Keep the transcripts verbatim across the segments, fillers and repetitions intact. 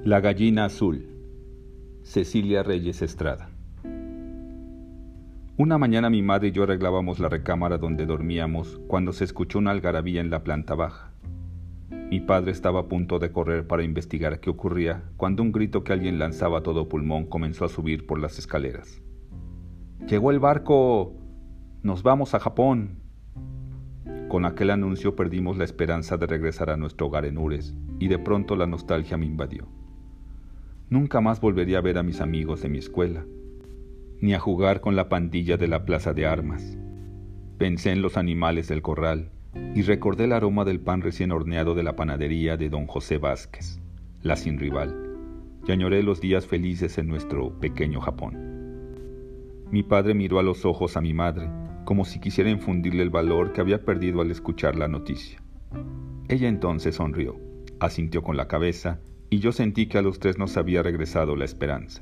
La gallina azul. Cecilia Reyes Estrada. Una mañana mi madre y yo arreglábamos la recámara donde dormíamos cuando se escuchó una algarabía en la planta baja. Mi padre estaba a punto de correr para investigar qué ocurría cuando un grito que alguien lanzaba a todo pulmón comenzó a subir por las escaleras. ¡Llegó el barco! ¡Nos vamos a Japón! Con aquel anuncio perdimos la esperanza de regresar a nuestro hogar en Ures y de pronto la nostalgia me invadió. Nunca más volvería a ver a mis amigos de mi escuela, ni a jugar con la pandilla de la plaza de armas. Pensé en los animales del corral y recordé el aroma del pan recién horneado de la panadería de don José Vázquez, la sin rival, y añoré los días felices en nuestro pequeño Japón. Mi padre miró a los ojos a mi madre, como si quisiera infundirle el valor que había perdido al escuchar la noticia. Ella entonces sonrió, asintió con la cabeza, y yo sentí que a los tres nos había regresado la esperanza.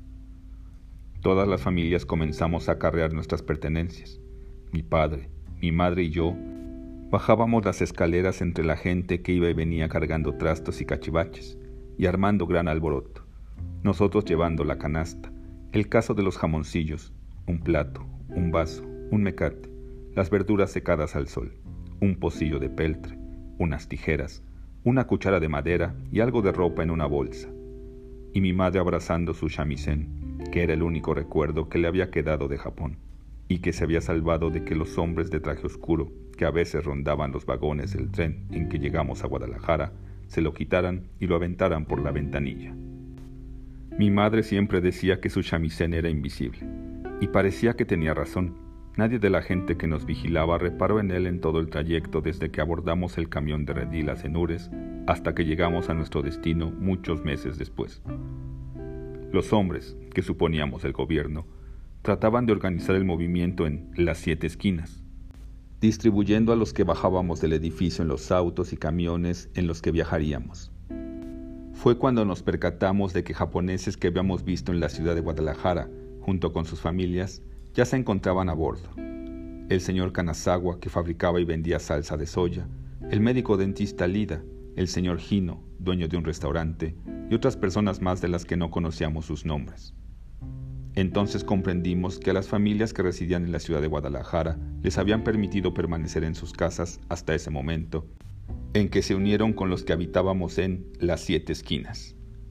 Todas las familias comenzamos a acarrear nuestras pertenencias. Mi padre, mi madre y yo bajábamos las escaleras entre la gente que iba y venía cargando trastos y cachivaches y armando gran alboroto. Nosotros llevando la canasta, el caso de los jamoncillos, un plato, un vaso, un mecate, las verduras secadas al sol, un pocillo de peltre, unas tijeras, una cuchara de madera y algo de ropa en una bolsa, y mi madre abrazando su shamisen, que era el único recuerdo que le había quedado de Japón, y que se había salvado de que los hombres de traje oscuro, que a veces rondaban los vagones del tren en que llegamos a Guadalajara, se lo quitaran y lo aventaran por la ventanilla. Mi madre siempre decía que su shamisen era invisible, y parecía que tenía razón. Nadie de la gente que nos vigilaba reparó en él en todo el trayecto desde que abordamos el camión de redilas en Ures hasta que llegamos a nuestro destino muchos meses después. Los hombres, que suponíamos el gobierno, trataban de organizar el movimiento en las siete esquinas, distribuyendo a los que bajábamos del edificio en los autos y camiones en los que viajaríamos. Fue cuando nos percatamos de que japoneses que habíamos visto en la ciudad de Guadalajara, junto con sus familias, ya se encontraban a bordo. El señor Kanazawa, que fabricaba y vendía salsa de soya, el médico dentista Lida, el señor Hino, dueño de un restaurante, y otras personas más de las que no conocíamos sus nombres. Entonces comprendimos que a las familias que residían en la ciudad de Guadalajara les habían permitido permanecer en sus casas hasta ese momento, en que se unieron con los que habitábamos en las siete esquinas.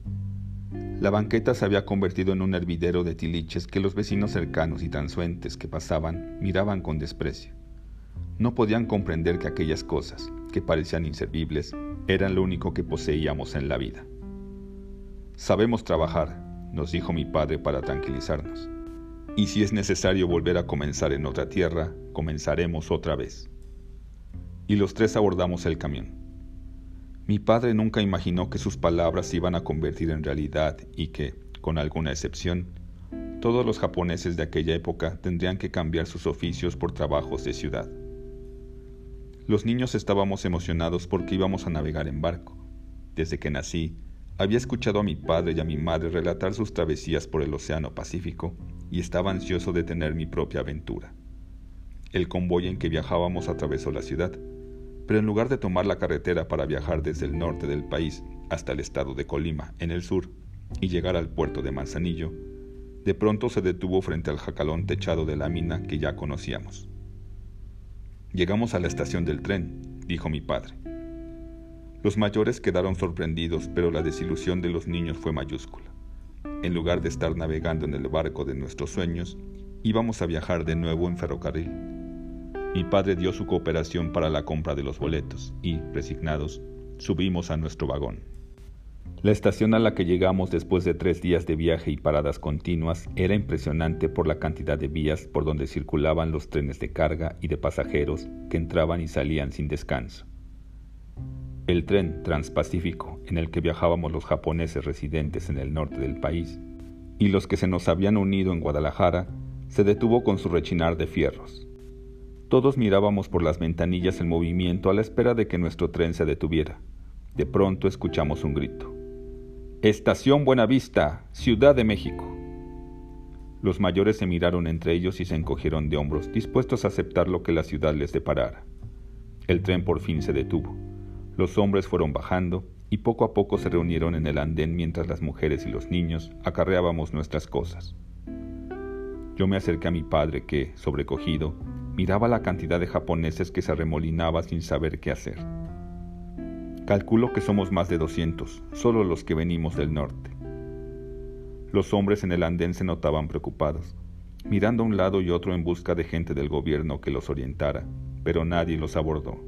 La banqueta se había convertido en un hervidero de tiliches que los vecinos cercanos y transuentes que pasaban miraban con desprecio. No podían comprender que aquellas cosas, que parecían inservibles, eran lo único que poseíamos en la vida. «Sabemos trabajar», nos dijo mi padre para tranquilizarnos. «Y si es necesario volver a comenzar en otra tierra, comenzaremos otra vez». Y los tres abordamos el camión. Mi padre nunca imaginó que sus palabras se iban a convertir en realidad y que, con alguna excepción, todos los japoneses de aquella época tendrían que cambiar sus oficios por trabajos de ciudad. Los niños estábamos emocionados porque íbamos a navegar en barco. Desde que nací, había escuchado a mi padre y a mi madre relatar sus travesías por el Océano Pacífico y estaba ansioso de tener mi propia aventura. El convoy en que viajábamos atravesó la ciudad, pero en lugar de tomar la carretera para viajar desde el norte del país hasta el estado de Colima, en el sur, y llegar al puerto de Manzanillo, de pronto se detuvo frente al jacalón techado de lámina que ya conocíamos. «Llegamos a la estación del tren», dijo mi padre. Los mayores quedaron sorprendidos, pero la desilusión de los niños fue mayúscula. En lugar de estar navegando en el barco de nuestros sueños, íbamos a viajar de nuevo en ferrocarril. Mi padre dio su cooperación para la compra de los boletos y, resignados, subimos a nuestro vagón. La estación a la que llegamos después de tres días de viaje y paradas continuas era impresionante por la cantidad de vías por donde circulaban los trenes de carga y de pasajeros que entraban y salían sin descanso. El tren Transpacífico, en el que viajábamos los japoneses residentes en el norte del país, y los que se nos habían unido en Guadalajara, se detuvo con su rechinar de fierros. Todos mirábamos por las ventanillas el movimiento a la espera de que nuestro tren se detuviera. De pronto escuchamos un grito. «Estación Buenavista, Ciudad de México». Los mayores se miraron entre ellos y se encogieron de hombros, dispuestos a aceptar lo que la ciudad les deparara. El tren por fin se detuvo. Los hombres fueron bajando y y poco a poco se reunieron en el andén mientras las mujeres y los niños acarreábamos nuestras cosas. Yo me acerqué a mi padre que, sobrecogido, miraba la cantidad de japoneses que se arremolinaba sin saber qué hacer. Calculo que somos más de doscientos, solo los que venimos del norte. Los hombres en el andén se notaban preocupados, mirando a un lado y otro en busca de gente del gobierno que los orientara, pero nadie los abordó.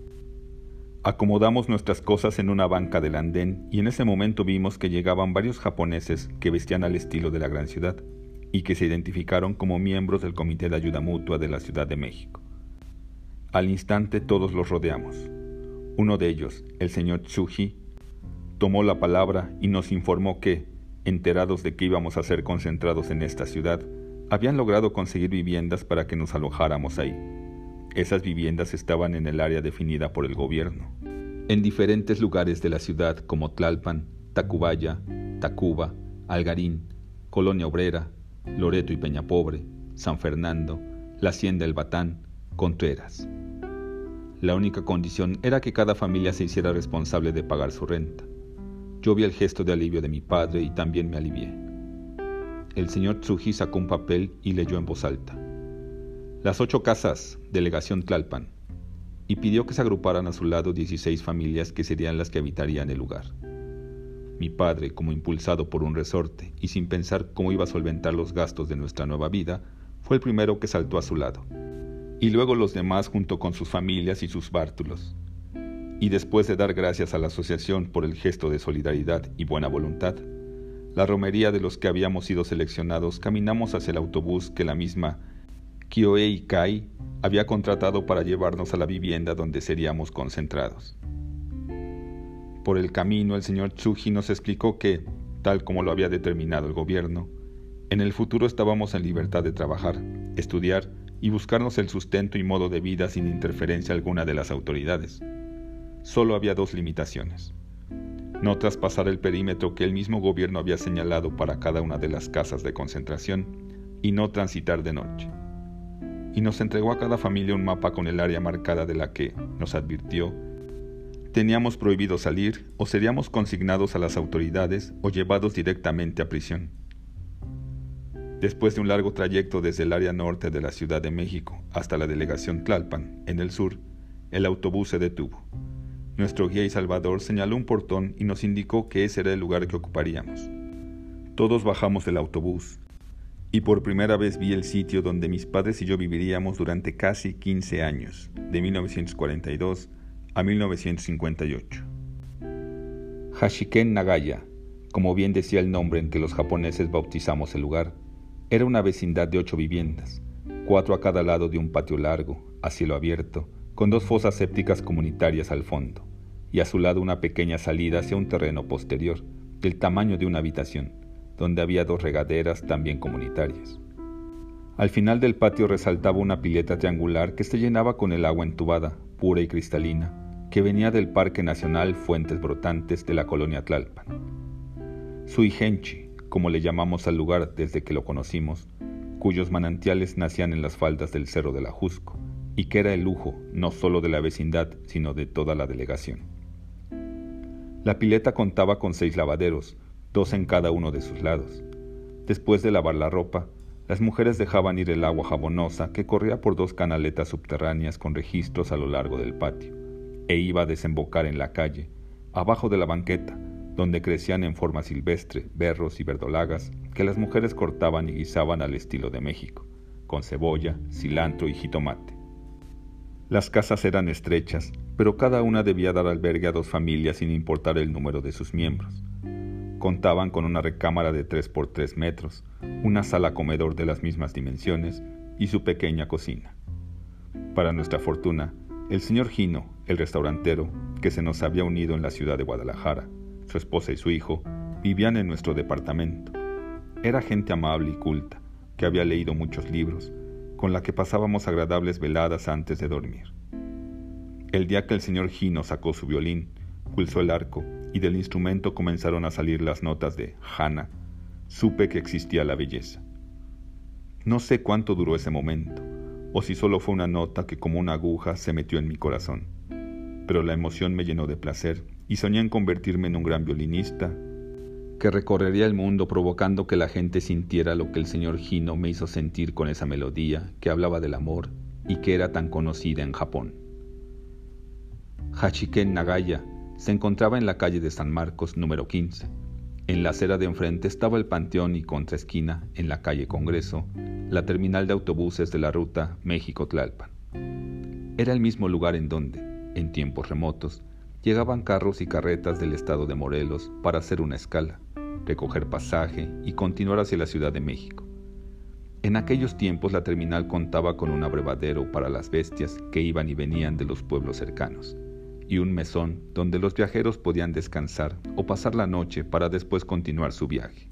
Acomodamos nuestras cosas en una banca del andén y en ese momento vimos que llegaban varios japoneses que vestían al estilo de la gran ciudad y que se identificaron como miembros del Comité de Ayuda Mutua de la Ciudad de México. Al instante todos los rodeamos. Uno de ellos, el señor Tsuji, tomó la palabra y nos informó que, enterados de que íbamos a ser concentrados en esta ciudad, habían logrado conseguir viviendas para que nos alojáramos ahí. Esas viviendas estaban en el área definida por el gobierno, en diferentes lugares de la ciudad como Tlalpan, Tacubaya, Tacuba, Algarín, Colonia Obrera, Loreto y Peñapobre, San Fernando, la Hacienda El Batán, Contreras. La única condición era que cada familia se hiciera responsable de pagar su renta. Yo vi el gesto de alivio de mi padre y también me alivié. El señor Tsuji sacó un papel y leyó en voz alta: Las ocho casas, delegación Tlalpan, y pidió que se agruparan a su lado dieciséis familias que serían las que habitarían el lugar. Mi padre, como impulsado por un resorte y sin pensar cómo iba a solventar los gastos de nuestra nueva vida, fue el primero que saltó a su lado, y luego los demás junto con sus familias y sus bártulos. Y después de dar gracias a la asociación por el gesto de solidaridad y buena voluntad, la romería de los que habíamos sido seleccionados caminamos hacia el autobús que la misma Kyoei Kai había contratado para llevarnos a la vivienda donde seríamos concentrados. Por el camino el señor Tsuji nos explicó que, tal como lo había determinado el gobierno, en el futuro estábamos en libertad de trabajar, estudiar y buscarnos el sustento y modo de vida sin interferencia alguna de las autoridades. Solo había dos limitaciones: no traspasar el perímetro que el mismo gobierno había señalado para cada una de las casas de concentración y no transitar de noche. Y nos entregó a cada familia un mapa con el área marcada de la que, nos advirtió, teníamos prohibido salir o seríamos consignados a las autoridades o llevados directamente a prisión. Después de un largo trayecto desde el área norte de la Ciudad de México hasta la delegación Tlalpan, en el sur, el autobús se detuvo. Nuestro guía y salvador señaló un portón y nos indicó que ese era el lugar que ocuparíamos. Todos bajamos del autobús y por primera vez vi el sitio donde mis padres y yo viviríamos durante casi quince años, de mil novecientos cuarenta y dos a mil novecientos cincuenta y ocho. Hashiken Nagaya, como bien decía el nombre en que los japoneses bautizamos el lugar, era una vecindad de ocho viviendas, cuatro a cada lado de un patio largo, a cielo abierto, con dos fosas sépticas comunitarias al fondo, y a su lado una pequeña salida hacia un terreno posterior, del tamaño de una habitación, donde había dos regaderas también comunitarias. Al final del patio resaltaba una pileta triangular que se llenaba con el agua entubada, pura y cristalina, que venía del Parque Nacional Fuentes Brotantes de la colonia Tlalpan. Suigenchi, como le llamamos al lugar desde que lo conocimos, cuyos manantiales nacían en las faldas del Cerro del Ajusco, y que era el lujo no solo de la vecindad, sino de toda la delegación. La pileta contaba con seis lavaderos, dos en cada uno de sus lados. Después de lavar la ropa, las mujeres dejaban ir el agua jabonosa que corría por dos canaletas subterráneas con registros a lo largo del patio, e iba a desembocar en la calle, abajo de la banqueta, donde crecían en forma silvestre berros y verdolagas que las mujeres cortaban y guisaban al estilo de México, con cebolla, cilantro y jitomate. Las casas eran estrechas, pero cada una debía dar albergue a dos familias sin importar el número de sus miembros. Contaban con una recámara de tres por tres metros, una sala comedor de las mismas dimensiones y su pequeña cocina. Para nuestra fortuna, el señor Gino, el restaurantero, que se nos había unido en la ciudad de Guadalajara, su esposa y su hijo, vivían en nuestro departamento. Era gente amable y culta, que había leído muchos libros, con la que pasábamos agradables veladas antes de dormir. El día que el señor Gino sacó su violín, pulsó el arco y del instrumento comenzaron a salir las notas de Hana, supe que existía la belleza. No sé cuánto duró ese momento, o si solo fue una nota que como una aguja se metió en mi corazón. pero la emoción me llenó de placer y soñé en convertirme en un gran violinista que recorrería el mundo provocando que la gente sintiera lo que el señor Hino me hizo sentir con esa melodía que hablaba del amor y que era tan conocida en Japón. Hachiken Nagaya se encontraba en la calle de San Marcos número quince. En la acera de enfrente estaba el panteón y contraesquina, en la calle Congreso, la terminal de autobuses de la ruta México-Tlalpan. Era el mismo lugar en donde, en tiempos remotos, llegaban carros y carretas del estado de Morelos para hacer una escala, recoger pasaje y continuar hacia la Ciudad de México. En aquellos tiempos la terminal contaba con un abrevadero para las bestias que iban y venían de los pueblos cercanos, y un mesón donde los viajeros podían descansar o pasar la noche para después continuar su viaje.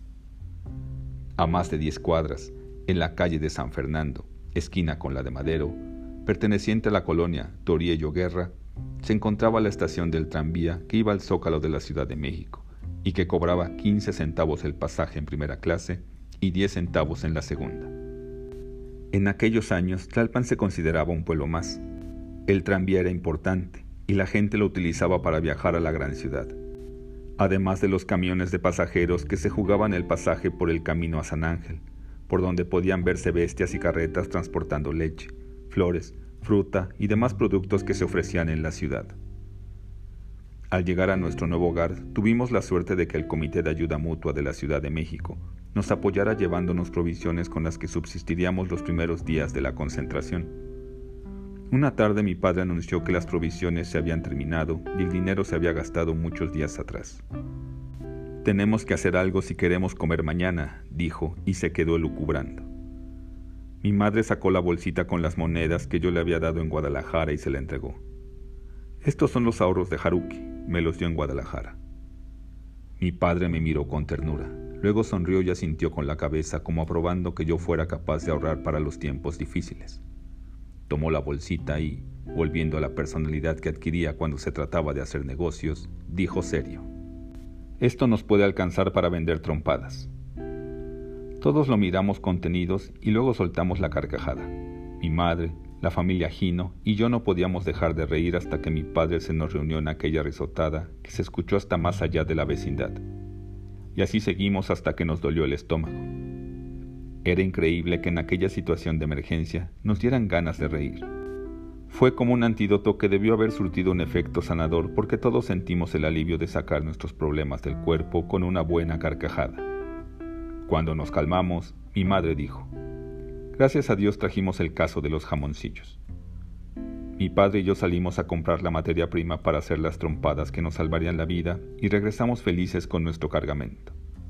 A más de diez cuadras, en la calle de San Fernando, esquina con la de Madero, perteneciente a la colonia Toriello Guerra, se encontraba la estación del tranvía que iba al Zócalo de la Ciudad de México y que cobraba quince centavos el pasaje en primera clase y diez centavos en la segunda. En aquellos años, Tlalpan se consideraba un pueblo más. El tranvía era importante y la gente lo utilizaba para viajar a la gran ciudad, además de los camiones de pasajeros que se jugaban el pasaje por el camino a San Ángel, por donde podían verse bestias y carretas transportando leche, flores, fruta y demás productos que se ofrecían en la ciudad. Al llegar a nuestro nuevo hogar, tuvimos la suerte de que el Comité de Ayuda Mutua de la Ciudad de México nos apoyara llevándonos provisiones con las que subsistiríamos los primeros días de la concentración. Una tarde mi padre anunció que las provisiones se habían terminado y el dinero se había gastado muchos días atrás. «Tenemos que hacer algo si queremos comer mañana», dijo, y se quedó elucubrando. Mi madre sacó la bolsita con las monedas que yo le había dado en Guadalajara y se la entregó. «Estos son los ahorros de Haruki», me los dio en Guadalajara. Mi padre me miró con ternura, luego sonrió y asintió con la cabeza como aprobando que yo fuera capaz de ahorrar para los tiempos difíciles. Tomó la bolsita y, volviendo a la personalidad que adquiría cuando se trataba de hacer negocios, dijo serio: «Esto nos puede alcanzar para vender trompadas». Todos lo miramos contenidos y luego soltamos la carcajada. Mi madre, la familia Hino y yo no podíamos dejar de reír hasta que mi padre se nos reunió en aquella risotada que se escuchó hasta más allá de la vecindad. Y así seguimos hasta que nos dolió el estómago. Era increíble que en aquella situación de emergencia nos dieran ganas de reír. Fue como un antídoto que debió haber surtido un efecto sanador porque todos sentimos el alivio de sacar nuestros problemas del cuerpo con una buena carcajada. Cuando nos calmamos, mi madre dijo: «Gracias a Dios trajimos el caso de los jamoncillos». Mi padre y yo salimos a comprar la materia prima para hacer las trompadas que nos salvarían la vida y regresamos felices con nuestro cargamento.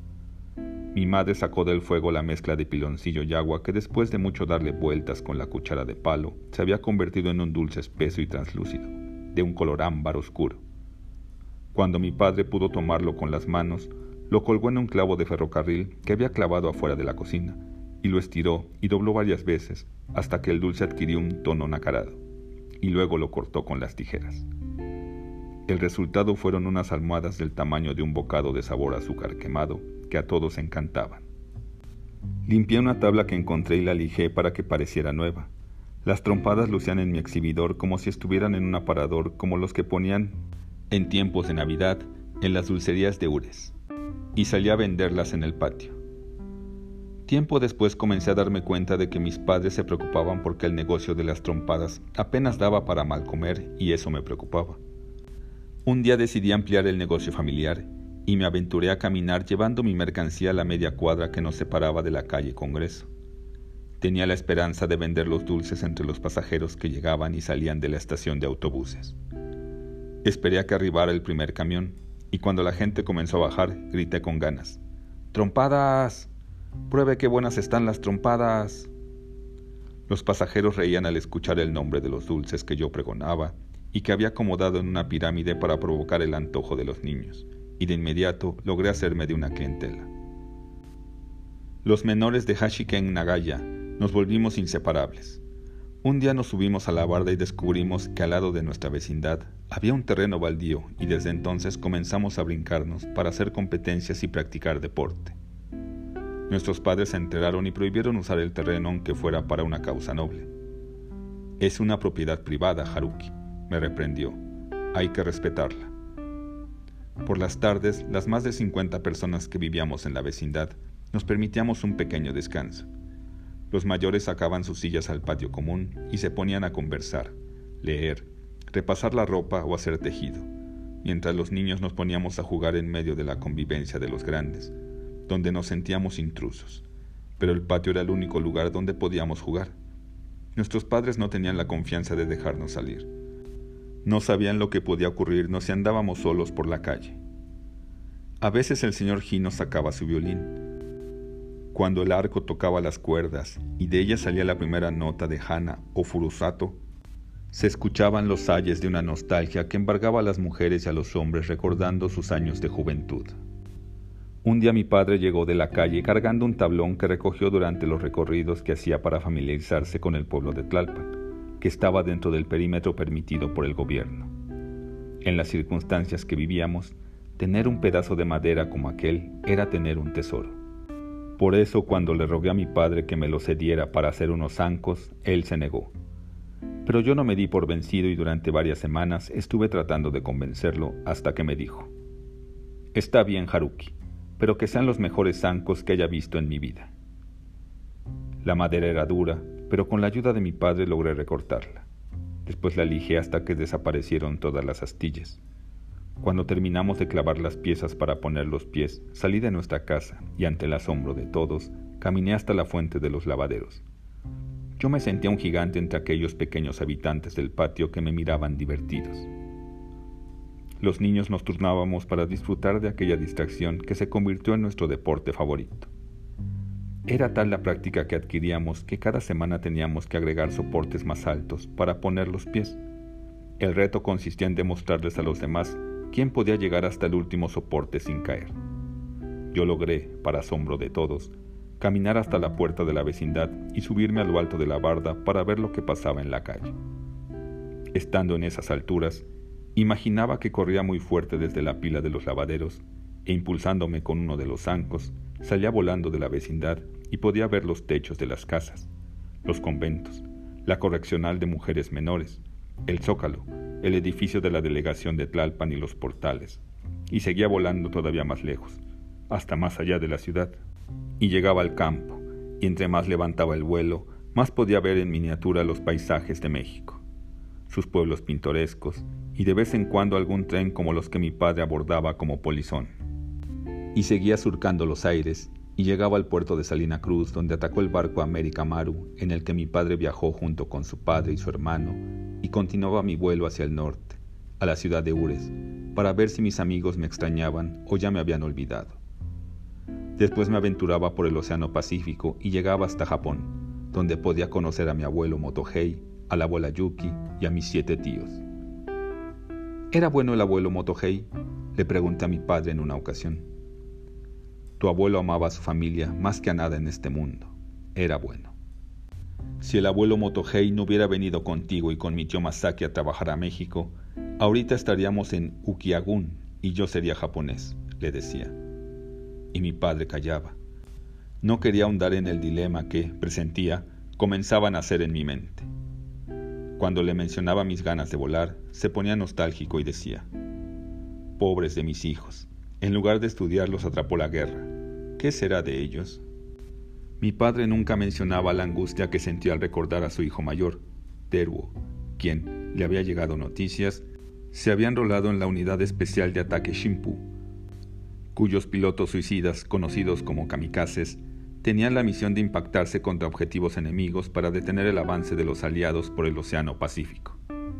Mi madre sacó del fuego la mezcla de piloncillo y agua que después de mucho darle vueltas con la cuchara de palo se había convertido en un dulce espeso y translúcido, de un color ámbar oscuro. Cuando mi padre pudo tomarlo con las manos, lo colgó en un clavo de ferrocarril que había clavado afuera de la cocina y lo estiró y dobló varias veces hasta que el dulce adquirió un tono nacarado, y luego lo cortó con las tijeras. El resultado fueron unas almohadas del tamaño de un bocado de sabor a azúcar quemado que a todos encantaban. Limpié una tabla que encontré y la lijé para que pareciera nueva. Las trompadas lucían en mi exhibidor como si estuvieran en un aparador como los que ponían en tiempos de Navidad en las dulcerías de Ures, y salí a venderlas en el patio. Tiempo después comencé a darme cuenta de que mis padres se preocupaban porque el negocio de las trompadas apenas daba para mal comer y eso me preocupaba. Un día decidí ampliar el negocio familiar y me aventuré a caminar llevando mi mercancía a la media cuadra que nos separaba de la calle Congreso. Tenía la esperanza de vender los dulces entre los pasajeros que llegaban y salían de la estación de autobuses. Esperé a que arribara el primer camión y cuando la gente comenzó a bajar, grité con ganas: «¡Trompadas! ¡Pruebe qué buenas están las trompadas!». Los pasajeros reían al escuchar el nombre de los dulces que yo pregonaba y que había acomodado en una pirámide para provocar el antojo de los niños, y de inmediato logré hacerme de una clientela. Los menores de Hachiken Nagaya nos volvimos inseparables. Un día nos subimos a la barda y descubrimos que al lado de nuestra vecindad había un terreno baldío y desde entonces comenzamos a brincarnos para hacer competencias y practicar deporte. Nuestros padres se enteraron y prohibieron usar el terreno aunque fuera para una causa noble. «Es una propiedad privada, Haruki», me reprendió. hay que respetarla. Por las tardes, las más de cincuenta personas que vivíamos en la vecindad nos permitíamos un pequeño descanso. Los mayores sacaban sus sillas al patio común y se ponían a conversar, leer, repasar la ropa o hacer tejido, mientras los niños nos poníamos a jugar en medio de la convivencia de los grandes, donde nos sentíamos intrusos, pero el patio era el único lugar donde podíamos jugar. Nuestros padres no tenían la confianza de dejarnos salir. No sabían lo que podía ocurrirnos si andábamos solos por la calle. A veces el señor Gino sacaba su violín. Cuando el arco tocaba las cuerdas y de ella salía la primera nota de Hana o Furusato, se escuchaban los ayes de una nostalgia que embargaba a las mujeres y a los hombres recordando sus años de juventud. Un día mi padre llegó de la calle cargando un tablón que recogió durante los recorridos que hacía para familiarizarse con el pueblo de Tlalpan, que estaba dentro del perímetro permitido por el gobierno. En las circunstancias que vivíamos, tener un pedazo de madera como aquel era tener un tesoro. Por eso, cuando le rogué a mi padre que me lo cediera para hacer unos zancos, él se negó. Pero yo no me di por vencido y durante varias semanas estuve tratando de convencerlo hasta que me dijo: «Está bien, Haruki, pero que sean los mejores zancos que haya visto en mi vida». La madera era dura, pero con la ayuda de mi padre logré recortarla. Después la lijé hasta que desaparecieron todas las astillas. Cuando terminamos de clavar las piezas para poner los pies, salí de nuestra casa y, ante el asombro de todos, caminé hasta la fuente de los lavaderos. Yo me sentía un gigante entre aquellos pequeños habitantes del patio que me miraban divertidos. Los niños nos turnábamos para disfrutar de aquella distracción que se convirtió en nuestro deporte favorito. Era tal la práctica que adquiríamos que cada semana teníamos que agregar soportes más altos para poner los pies. El reto consistía en demostrarles a los demás quién podía llegar hasta el último soporte sin caer. Yo logré, para asombro de todos, caminar hasta la puerta de la vecindad y subirme a lo alto de la barda para ver lo que pasaba en la calle. Estando en esas alturas, imaginaba que corría muy fuerte desde la pila de los lavaderos e, impulsándome con uno de los zancos, salía volando de la vecindad y podía ver los techos de las casas, los conventos, la correccional de mujeres menores, el Zócalo, el edificio de la delegación de Tlalpan y los portales, y seguía volando todavía más lejos, hasta más allá de la ciudad, y llegaba al campo, y entre más levantaba el vuelo, más podía ver en miniatura los paisajes de México, sus pueblos pintorescos, y de vez en cuando algún tren como los que mi padre abordaba como polizón. Y seguía surcando los aires, y llegaba al puerto de Salina Cruz, donde atacó el barco América Maru, en el que mi padre viajó junto con su padre y su hermano, y continuaba mi vuelo hacia el norte, a la ciudad de Ures, para ver si mis amigos me extrañaban o ya me habían olvidado. Después me aventuraba por el Océano Pacífico y llegaba hasta Japón, donde podía conocer a mi abuelo Motohei, a la abuela Yuki y a mis siete tíos. ¿Era bueno el abuelo Motohei?, le pregunté a mi padre en una ocasión. Tu abuelo amaba a su familia más que a nada en este mundo. Era bueno. Si el abuelo Motohei no hubiera venido contigo y con mi tío Masaki a trabajar a México, ahorita estaríamos en Ukiagun y yo sería japonés, le decía. Y mi padre callaba. No quería ahondar en el dilema que, presentía, comenzaba a nacer en mi mente. Cuando le mencionaba mis ganas de volar, se ponía nostálgico y decía: pobres de mis hijos, en lugar de estudiar los atrapó la guerra. ¿Qué será de ellos? Mi padre nunca mencionaba la angustia que sentía al recordar a su hijo mayor, Teruo, quien, le había llegado noticias, se había enrolado en la unidad especial de ataque Shimpu, cuyos pilotos suicidas, conocidos como kamikazes, tenían la misión de impactarse contra objetivos enemigos para detener el avance de los aliados por el Océano Pacífico.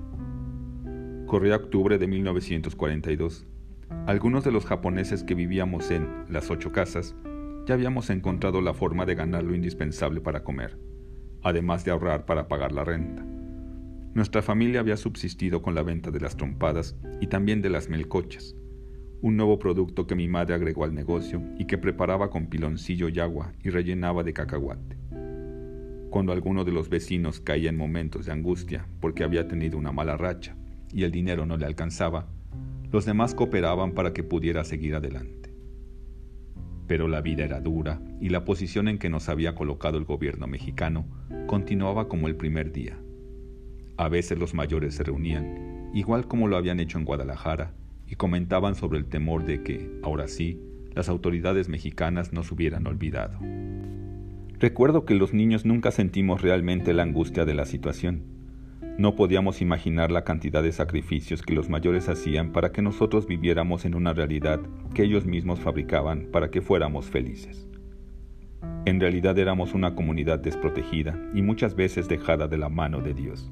Corría octubre de mil novecientos cuarenta y dos. Algunos de los japoneses que vivíamos en Las Ocho Casas ya habíamos encontrado la forma de ganar lo indispensable para comer, además de ahorrar para pagar la renta. Nuestra familia había subsistido con la venta de las trompadas y también de las melcochas, un nuevo producto que mi madre agregó al negocio y que preparaba con piloncillo y agua y rellenaba de cacahuate. Cuando alguno de los vecinos caía en momentos de angustia porque había tenido una mala racha y el dinero no le alcanzaba, los demás cooperaban para que pudiera seguir adelante. Pero la vida era dura y la posición en que nos había colocado el gobierno mexicano continuaba como el primer día. A veces los mayores se reunían igual como lo habían hecho en Guadalajara, y comentaban sobre el temor de que, ahora sí, las autoridades mexicanas nos hubieran olvidado. Recuerdo que los niños nunca sentimos realmente la angustia de la situación. No podíamos imaginar la cantidad de sacrificios que los mayores hacían para que nosotros viviéramos en una realidad que ellos mismos fabricaban para que fuéramos felices. En realidad éramos una comunidad desprotegida y muchas veces dejada de la mano de Dios.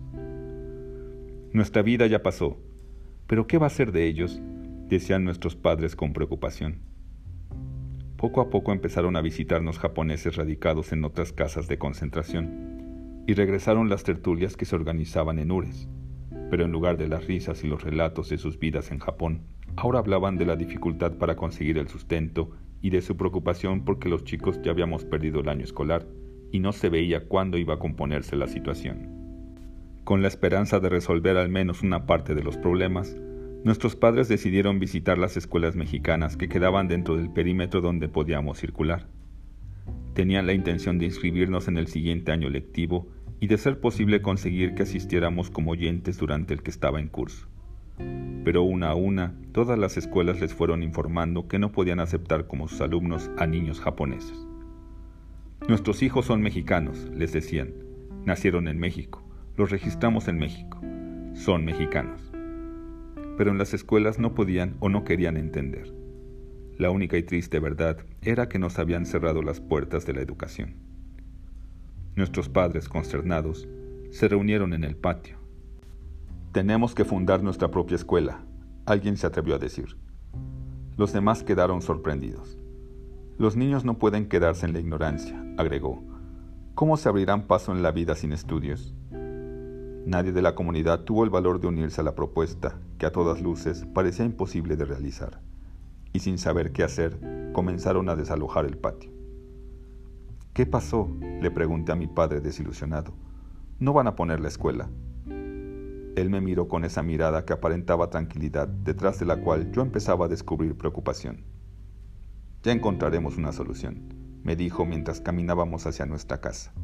Nuestra vida ya pasó, pero ¿qué va a ser de ellos?, decían nuestros padres con preocupación. Poco a poco empezaron a visitarnos japoneses radicados en otras casas de concentración, y regresaron las tertulias que se organizaban en Ures, pero en lugar de las risas y los relatos de sus vidas en Japón, ahora hablaban de la dificultad para conseguir el sustento y de su preocupación porque los chicos ya habíamos perdido el año escolar y no se veía cuándo iba a componerse la situación. Con la esperanza de resolver al menos una parte de los problemas, nuestros padres decidieron visitar las escuelas mexicanas que quedaban dentro del perímetro donde podíamos circular. Tenían la intención de inscribirnos en el siguiente año lectivo y de ser posible conseguir que asistiéramos como oyentes durante el que estaba en curso. Pero una a una, todas las escuelas les fueron informando que no podían aceptar como sus alumnos a niños japoneses. Nuestros hijos son mexicanos, les decían. Nacieron en México, los registramos en México. Son mexicanos. Pero en las escuelas no podían o no querían entender. La única y triste verdad era que nos habían cerrado las puertas de la educación. Nuestros padres, consternados, se reunieron en el patio. «Tenemos que fundar nuestra propia escuela», alguien se atrevió a decir. Los demás quedaron sorprendidos. «Los niños no pueden quedarse en la ignorancia», agregó. «¿Cómo se abrirán paso en la vida sin estudios?». Nadie de la comunidad tuvo el valor de unirse a la propuesta, que a todas luces parecía imposible de realizar, y sin saber qué hacer, comenzaron a desalojar el patio. «¿Qué pasó?», le pregunté a mi padre desilusionado. «¿No van a poner la escuela?». Él me miró con esa mirada que aparentaba tranquilidad, detrás de la cual yo empezaba a descubrir preocupación. «Ya encontraremos una solución», me dijo mientras caminábamos hacia nuestra casa.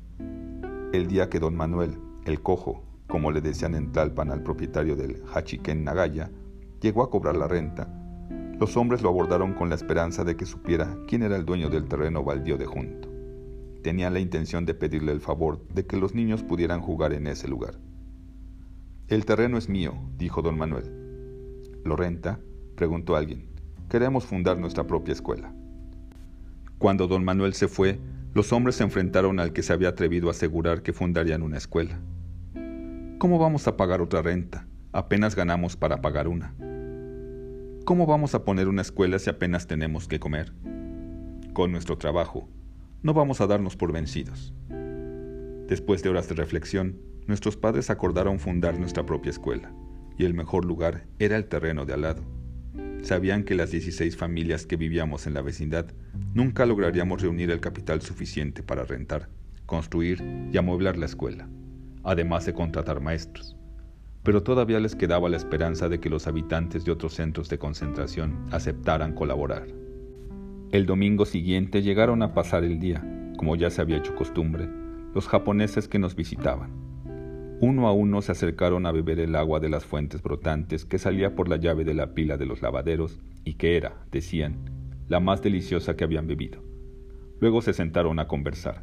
El día que don Manuel, el cojo, como le decían en Tlalpan al propietario del Hachiken Nagaya, llegó a cobrar la renta, los hombres lo abordaron con la esperanza de que supiera quién era el dueño del terreno baldío de junto. Tenían la intención de pedirle el favor de que los niños pudieran jugar en ese lugar. «El terreno es mío», dijo don Manuel. «¿Lo renta?», preguntó alguien. «Queremos fundar nuestra propia escuela». Cuando don Manuel se fue, los hombres se enfrentaron al que se había atrevido a asegurar que fundarían una escuela. «¿Cómo vamos a pagar otra renta? Apenas ganamos para pagar una». «¿Cómo vamos a poner una escuela si apenas tenemos que comer?». «Con nuestro trabajo. No vamos a darnos por vencidos». Después de horas de reflexión, nuestros padres acordaron fundar nuestra propia escuela, y el mejor lugar era el terreno de al lado. Sabían que las dieciséis familias que vivíamos en la vecindad nunca lograríamos reunir el capital suficiente para rentar, construir y amueblar la escuela, además de contratar maestros. Pero todavía les quedaba la esperanza de que los habitantes de otros centros de concentración aceptaran colaborar. El domingo siguiente llegaron a pasar el día, como ya se había hecho costumbre, los japoneses que nos visitaban. Uno a uno se acercaron a beber el agua de las fuentes brotantes que salía por la llave de la pila de los lavaderos y que era, decían, la más deliciosa que habían bebido. Luego se sentaron a conversar.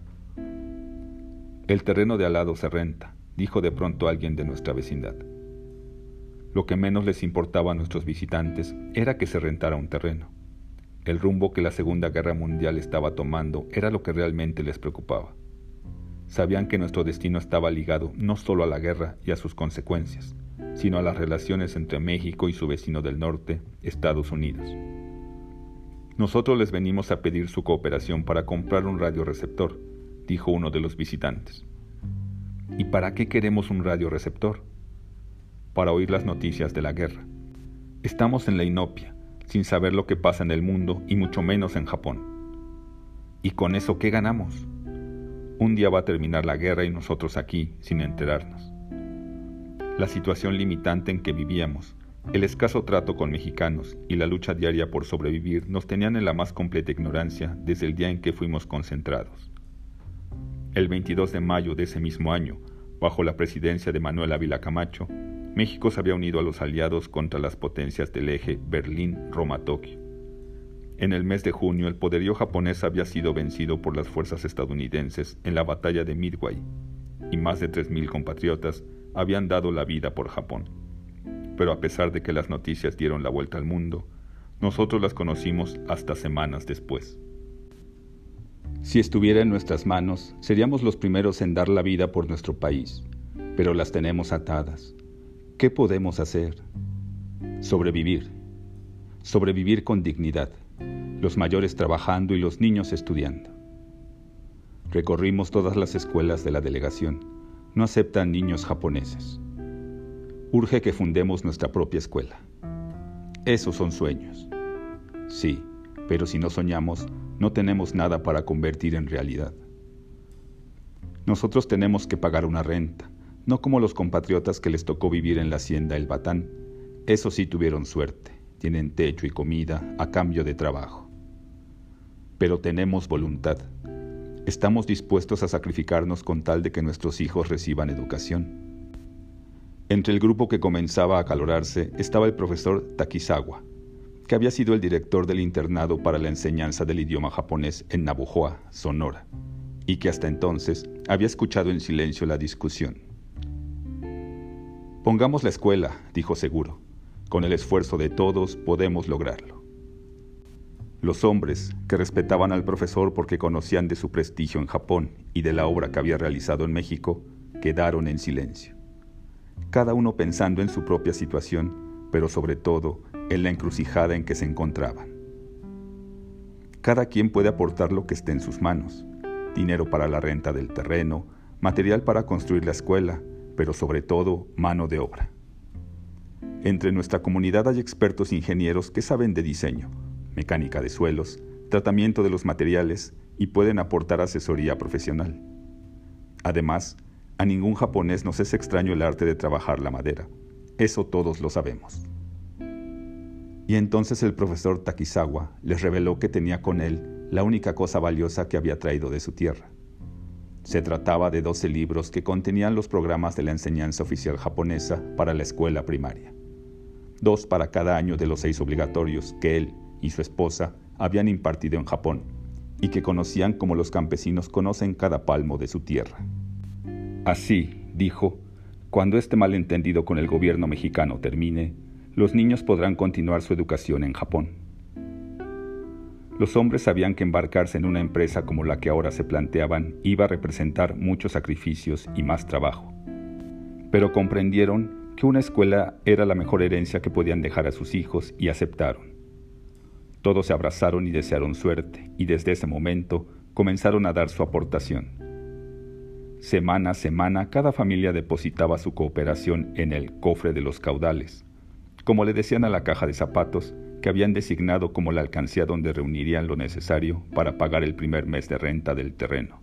«El terreno de al lado se renta», dijo de pronto alguien de nuestra vecindad. Lo que menos les importaba a nuestros visitantes era que se rentara un terreno. El rumbo que la Segunda Guerra Mundial estaba tomando era lo que realmente les preocupaba. Sabían que nuestro destino estaba ligado no solo a la guerra y a sus consecuencias, sino a las relaciones entre México y su vecino del norte, Estados Unidos. «Nosotros les venimos a pedir su cooperación para comprar un radioreceptor», dijo uno de los visitantes. «¿Y para qué queremos un radioreceptor?». «Para oír las noticias de la guerra. Estamos en la inopia, sin saber lo que pasa en el mundo y mucho menos en Japón». «¿Y con eso qué ganamos?». «Un día va a terminar la guerra y nosotros aquí, sin enterarnos». La situación limitante en que vivíamos, el escaso trato con mexicanos y la lucha diaria por sobrevivir nos tenían en la más completa ignorancia desde el día en que fuimos concentrados. El veintidós de mayo de ese mismo año, bajo la presidencia de Manuel Ávila Camacho, México se había unido a los aliados contra las potencias del eje Berlín-Roma-Tokio. En el mes de junio, el poderío japonés había sido vencido por las fuerzas estadounidenses en la batalla de Midway, y más de tres mil compatriotas habían dado la vida por Japón. Pero a pesar de que las noticias dieron la vuelta al mundo, nosotros las conocimos hasta semanas después. Si estuviera en nuestras manos, seríamos los primeros en dar la vida por nuestro país, pero las tenemos atadas. ¿Qué podemos hacer? Sobrevivir. Sobrevivir con dignidad, los mayores trabajando y los niños estudiando. Recorrimos todas las escuelas de la delegación. No aceptan niños japoneses. Urge que fundemos nuestra propia escuela. Esos son sueños. Sí, pero si no soñamos, no tenemos nada para convertir en realidad. Nosotros tenemos que pagar una renta, no como los compatriotas que les tocó vivir en la hacienda El Batán. Esos sí tuvieron suerte, tienen techo y comida a cambio de trabajo. Pero tenemos voluntad. Estamos dispuestos a sacrificarnos con tal de que nuestros hijos reciban educación. Entre el grupo que comenzaba a acalorarse estaba el profesor Takizawa, que había sido el director del internado para la enseñanza del idioma japonés en Navojoa, Sonora, y que hasta entonces había escuchado en silencio la discusión. Pongamos la escuela, dijo seguro. Con el esfuerzo de todos podemos lograrlo. Los hombres, que respetaban al profesor porque conocían de su prestigio en Japón y de la obra que había realizado en México, quedaron en silencio. Cada uno pensando en su propia situación, pero sobre todo en la encrucijada en que se encontraban. Cada quien puede aportar lo que esté en sus manos: dinero para la renta del terreno, material para construir la escuela, pero sobre todo mano de obra. Entre nuestra comunidad hay expertos ingenieros que saben de diseño, mecánica de suelos, tratamiento de los materiales y pueden aportar asesoría profesional. Además, a ningún japonés nos es extraño el arte de trabajar la madera. Eso todos lo sabemos. Y entonces el profesor Takizawa les reveló que tenía con él la única cosa valiosa que había traído de su tierra. Se trataba de doce libros que contenían los programas de la enseñanza oficial japonesa para la escuela primaria. Dos para cada año de los seis obligatorios que él y su esposa habían impartido en Japón y que conocían como los campesinos conocen cada palmo de su tierra. Así, dijo, cuando este malentendido con el gobierno mexicano termine, los niños podrán continuar su educación en Japón. Los hombres sabían que embarcarse en una empresa como la que ahora se planteaban iba a representar muchos sacrificios y más trabajo. Pero comprendieron que una escuela era la mejor herencia que podían dejar a sus hijos y aceptaron. Todos se abrazaron y desearon suerte, y desde ese momento comenzaron a dar su aportación. Semana a semana, cada familia depositaba su cooperación en el cofre de los caudales, como le decían a la caja de zapatos que habían designado como la alcancía donde reunirían lo necesario para pagar el primer mes de renta del terreno.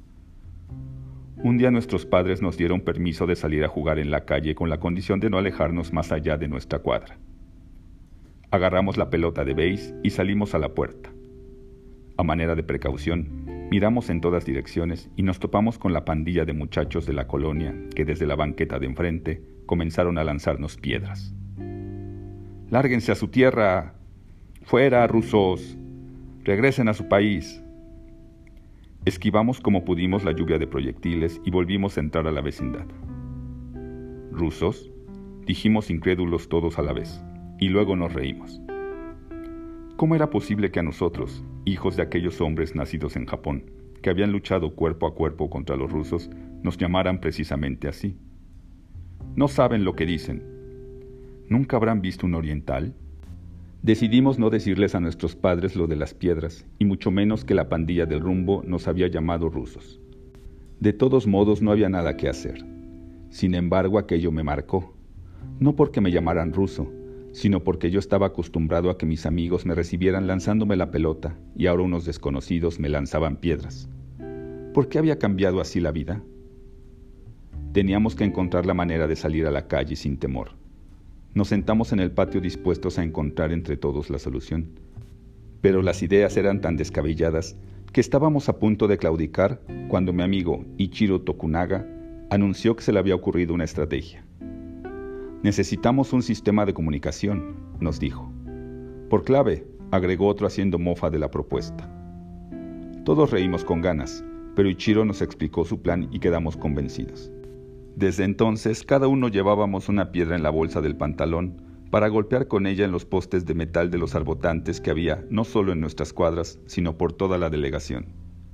Un día nuestros padres nos dieron permiso de salir a jugar en la calle con la condición de no alejarnos más allá de nuestra cuadra. Agarramos la pelota de béis y salimos a la puerta. A manera de precaución, miramos en todas direcciones y nos topamos con la pandilla de muchachos de la colonia que desde la banqueta de enfrente comenzaron a lanzarnos piedras. ¡Lárguense a su tierra! ¡Fuera, rusos! ¡Regresen a su país! Esquivamos como pudimos la lluvia de proyectiles y volvimos a entrar a la vecindad. ¿Rusos?, dijimos incrédulos todos a la vez, y luego nos reímos. ¿Cómo era posible que a nosotros, hijos de aquellos hombres nacidos en Japón, que habían luchado cuerpo a cuerpo contra los rusos, nos llamaran precisamente así? No saben lo que dicen. ¿Nunca habrán visto un oriental? Decidimos no decirles a nuestros padres lo de las piedras, y mucho menos que la pandilla del rumbo nos había llamado rusos. De todos modos no había nada que hacer. Sin embargo, aquello me marcó, no porque me llamaran ruso, sino porque yo estaba acostumbrado a que mis amigos me recibieran lanzándome la pelota y ahora unos desconocidos me lanzaban piedras. ¿Por qué había cambiado así la vida? Teníamos que encontrar la manera de salir a la calle sin temor. Nos sentamos en el patio dispuestos a encontrar entre todos la solución. Pero las ideas eran tan descabelladas que estábamos a punto de claudicar cuando mi amigo Ichiro Tokunaga, Anunció que se le había ocurrido una estrategia. «Necesitamos un sistema de comunicación», nos dijo. «Por clave», agregó otro haciendo mofa de la propuesta. Todos reímos con ganas, pero Ichiro nos explicó su plan y quedamos convencidos. Desde entonces, cada uno llevábamos una piedra en la bolsa del pantalón para golpear con ella en los postes de metal de los arbotantes que había no solo en nuestras cuadras, sino por toda la delegación.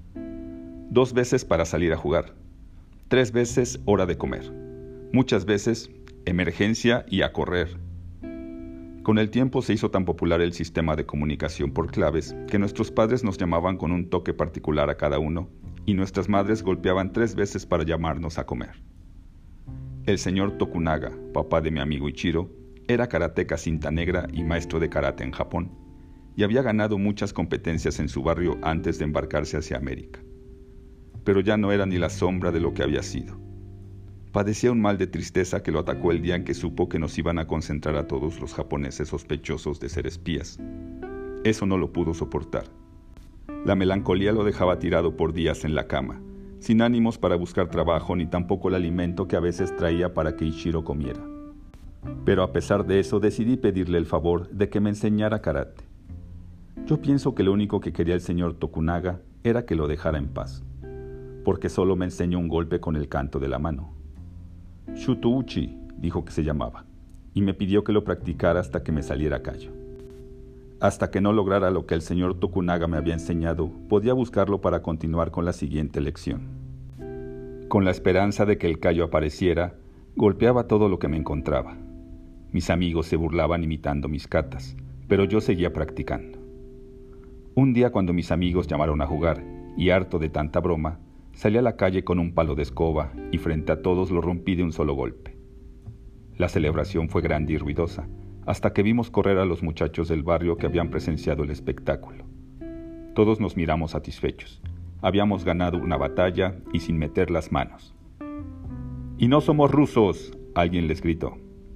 Dos veces para salir a jugar, tres veces hora de comer, muchas veces emergencia y a correr. Con el tiempo se hizo tan popular el sistema de comunicación por claves que nuestros padres nos llamaban con un toque particular a cada uno y nuestras madres golpeaban tres veces para llamarnos a comer. El señor Tokunaga, papá de mi amigo Ichiro, era karateca cinta negra y maestro de karate en Japón, y había ganado muchas competencias en su barrio antes de embarcarse hacia América. Pero ya no era ni la sombra de lo que había sido. Padecía un mal de tristeza que lo atacó el día en que supo que nos iban a concentrar a todos los japoneses sospechosos de ser espías. Eso no lo pudo soportar. La melancolía lo dejaba tirado por días en la cama, sin ánimos para buscar trabajo ni tampoco el alimento que a veces traía para que Ichiro comiera. Pero a pesar de eso decidí pedirle el favor de que me enseñara karate. Yo pienso que lo único que quería el señor Tokunaga era que lo dejara en paz, porque solo me enseñó un golpe con el canto de la mano. Shutouchi, dijo que se llamaba, y me pidió que lo practicara hasta que me saliera callo. Hasta que no lograra lo que el señor Tokunaga me había enseñado, podía buscarlo para continuar con la siguiente lección. Con la esperanza de que el callo apareciera, golpeaba todo lo que me encontraba. Mis amigos se burlaban imitando mis katas, pero yo seguía practicando. Un día, cuando mis amigos llamaron a jugar, y harto de tanta broma, salí a la calle con un palo de escoba y frente a todos lo rompí de un solo golpe. La celebración fue grande y ruidosa, hasta que vimos correr a los muchachos del barrio que habían presenciado el espectáculo. Todos nos miramos satisfechos. Habíamos ganado una batalla y sin meter las manos. «¡Y no somos rusos!», alguien les gritó.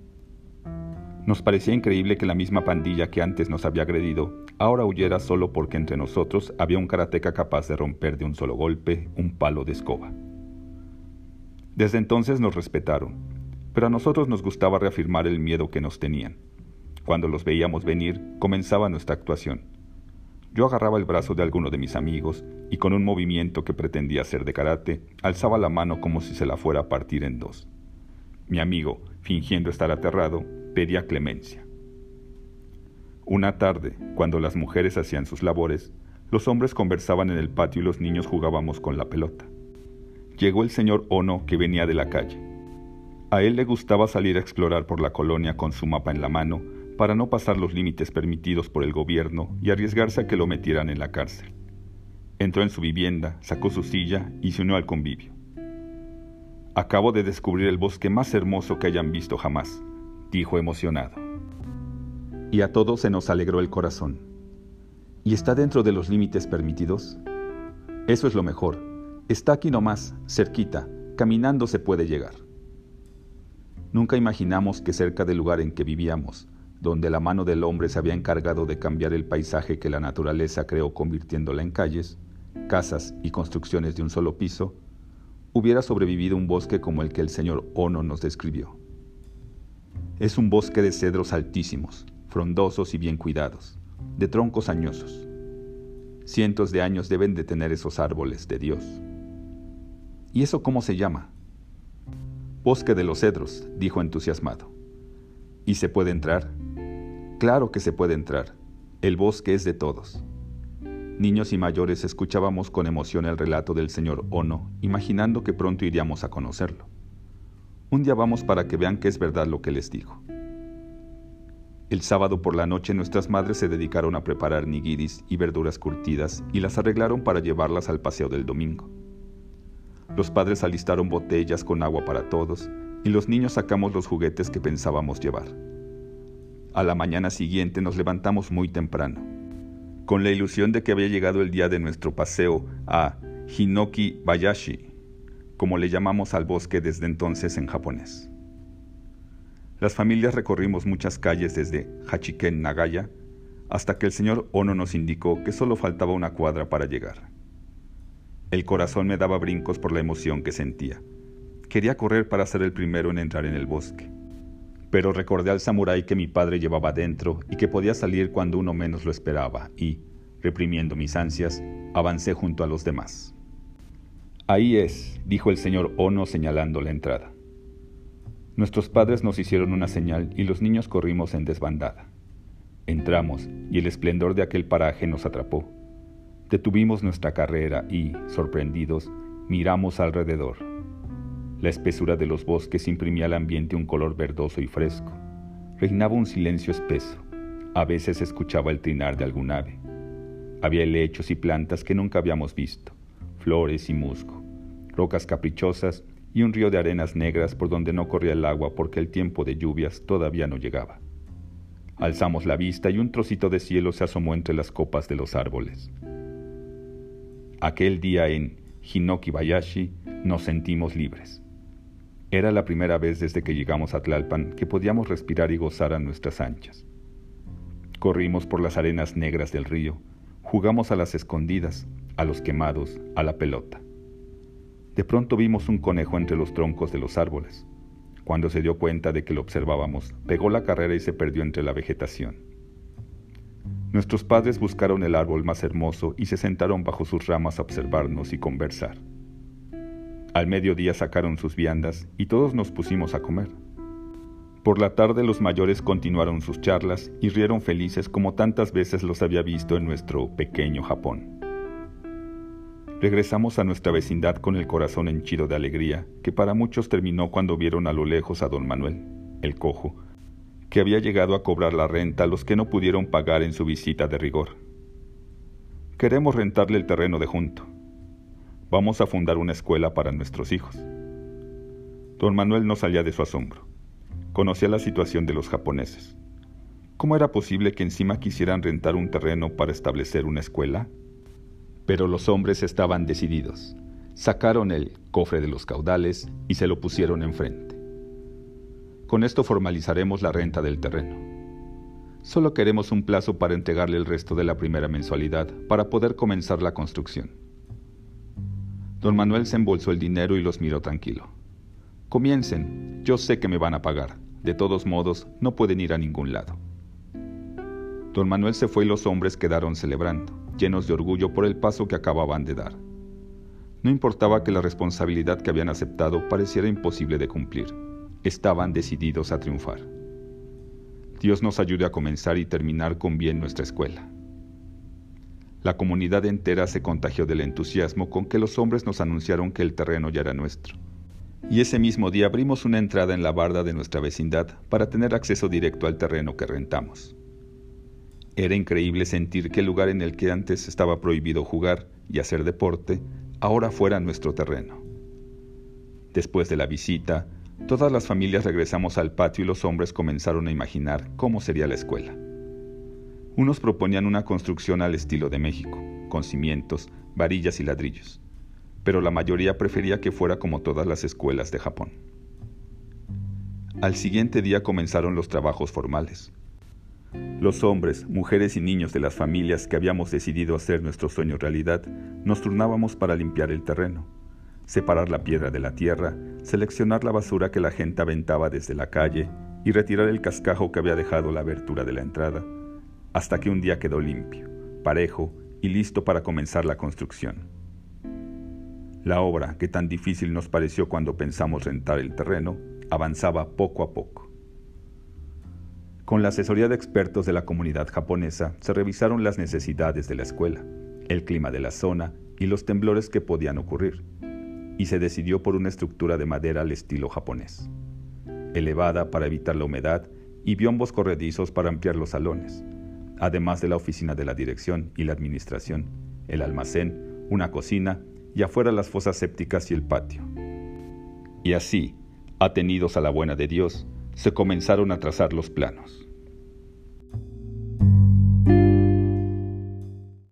Nos parecía increíble que la misma pandilla que antes nos había agredido ahora huyera solo porque entre nosotros había un karateca capaz de romper de un solo golpe un palo de escoba. Desde entonces nos respetaron, pero a nosotros nos gustaba reafirmar el miedo que nos tenían. Cuando los veíamos venir, comenzaba nuestra actuación. Yo agarraba el brazo de alguno de mis amigos y con un movimiento que pretendía ser de karate, alzaba la mano como si se la fuera a partir en dos. Mi amigo, fingiendo estar aterrado, pedía clemencia. Una tarde, cuando las mujeres hacían sus labores, los hombres conversaban en el patio y los niños jugábamos con la pelota. Llegó el señor Ono, que venía de la calle. A él le gustaba salir a explorar por la colonia con su mapa en la mano para no pasar los límites permitidos por el gobierno y arriesgarse a que lo metieran en la cárcel. Entró en su vivienda, sacó su silla y se unió al convivio. «Acabo de descubrir el bosque más hermoso que hayan visto jamás», dijo emocionado. Y a todos se nos alegró el corazón. ¿Y está dentro de los límites permitidos? Eso es lo mejor. Está aquí nomás, cerquita, caminando se puede llegar. Nunca imaginamos que cerca del lugar en que vivíamos, donde la mano del hombre se había encargado de cambiar el paisaje que la naturaleza creó convirtiéndola en calles, casas y construcciones de un solo piso, hubiera sobrevivido un bosque como el que el señor Ono nos describió. Es un bosque de cedros altísimos, frondosos y bien cuidados, de troncos añosos. Cientos de años deben de tener esos árboles de Dios. ¿Y eso cómo se llama? Bosque de los cedros, dijo entusiasmado. ¿Y se puede entrar? Claro que se puede entrar. El bosque es de todos. Niños y mayores escuchábamos con emoción el relato del señor Ono, imaginando que pronto iríamos a conocerlo. Un día vamos para que vean que es verdad lo que les digo. El sábado por la noche nuestras madres se dedicaron a preparar nigiris y verduras curtidas y las arreglaron para llevarlas al paseo del domingo. Los padres alistaron botellas con agua para todos y los niños sacamos los juguetes que pensábamos llevar. A la mañana siguiente nos levantamos muy temprano, con la ilusión de que había llegado el día de nuestro paseo a Hinoki Bayashi, como le llamamos al bosque desde entonces en japonés. Las familias recorrimos muchas calles desde Hachiken Nagaya hasta que el señor Ono nos indicó que solo faltaba una cuadra para llegar. El corazón me daba brincos por la emoción que sentía. Quería correr para ser el primero en entrar en el bosque. Pero recordé al samurái que mi padre llevaba dentro y que podía salir cuando uno menos lo esperaba y, reprimiendo mis ansias, avancé junto a los demás. «Ahí es», dijo el señor Ono señalando la entrada. Nuestros padres nos hicieron una señal y los niños corrimos en desbandada. Entramos y el esplendor de aquel paraje nos atrapó. Detuvimos nuestra carrera y, sorprendidos, miramos alrededor. La espesura de los bosques imprimía al ambiente un color verdoso y fresco. Reinaba un silencio espeso. A veces se escuchaba el trinar de algún ave. Había helechos y plantas que nunca habíamos visto, flores y musgo, rocas caprichosas y un río de arenas negras por donde no corría el agua porque el tiempo de lluvias todavía no llegaba. Alzamos la vista y un trocito de cielo se asomó entre las copas de los árboles. Aquel día en Hinoki-bayashi nos sentimos libres. Era la primera vez desde que llegamos a Tlalpan que podíamos respirar y gozar a nuestras anchas. Corrimos por las arenas negras del río, jugamos a las escondidas, a los quemados, a la pelota. De pronto vimos un conejo entre los troncos de los árboles. Cuando se dio cuenta de que lo observábamos, pegó la carrera y se perdió entre la vegetación. Nuestros padres buscaron el árbol más hermoso y se sentaron bajo sus ramas a observarnos y conversar. Al mediodía sacaron sus viandas y todos nos pusimos a comer. Por la tarde los mayores continuaron sus charlas y rieron felices como tantas veces los había visto en nuestro pequeño Japón. Regresamos a nuestra vecindad con el corazón henchido de alegría, que para muchos terminó cuando vieron a lo lejos a don Manuel, el cojo, que había llegado a cobrar la renta a los que no pudieron pagar en su visita de rigor. Queremos rentarle el terreno de junto. Vamos a fundar una escuela para nuestros hijos. Don Manuel no salía de su asombro. Conocía la situación de los japoneses. ¿Cómo era posible que encima quisieran rentar un terreno para establecer una escuela? Pero los hombres estaban decididos. Sacaron el cofre de los caudales y se lo pusieron enfrente. Con esto formalizaremos la renta del terreno. Solo queremos un plazo para entregarle el resto de la primera mensualidad para poder comenzar la construcción. Don Manuel se embolsó el dinero y los miró tranquilo. Comiencen, yo sé que me van a pagar. De todos modos, no pueden ir a ningún lado. Don Manuel se fue y los hombres quedaron celebrando, llenos de orgullo por el paso que acababan de dar. No importaba que la responsabilidad que habían aceptado pareciera imposible de cumplir. Estaban decididos a triunfar. Dios nos ayude a comenzar y terminar con bien nuestra escuela. La comunidad entera se contagió del entusiasmo con que los hombres nos anunciaron que el terreno ya era nuestro. Y ese mismo día abrimos una entrada en la barda de nuestra vecindad para tener acceso directo al terreno que rentamos. Era increíble sentir que el lugar en el que antes estaba prohibido jugar y hacer deporte, ahora fuera nuestro terreno. Después de la visita, todas las familias regresamos al patio y los hombres comenzaron a imaginar cómo sería la escuela. Unos proponían una construcción al estilo de México, con cimientos, varillas y ladrillos, pero la mayoría prefería que fuera como todas las escuelas de Japón. Al siguiente día comenzaron los trabajos formales. Los hombres, mujeres y niños de las familias que habíamos decidido hacer nuestro sueño realidad, nos turnábamos para limpiar el terreno, separar la piedra de la tierra, seleccionar la basura que la gente aventaba desde la calle y retirar el cascajo que había dejado la abertura de la entrada, hasta que un día quedó limpio, parejo y listo para comenzar la construcción. La obra, que tan difícil nos pareció cuando pensamos rentar el terreno, avanzaba poco a poco. Con la asesoría de expertos de la comunidad japonesa, se revisaron las necesidades de la escuela, el clima de la zona y los temblores que podían ocurrir, y se decidió por una estructura de madera al estilo japonés, elevada para evitar la humedad y biombos corredizos para ampliar los salones, además de la oficina de la dirección y la administración, el almacén, una cocina y afuera las fosas sépticas y el patio. Y así, atenidos a la buena de Dios, se comenzaron a trazar los planos.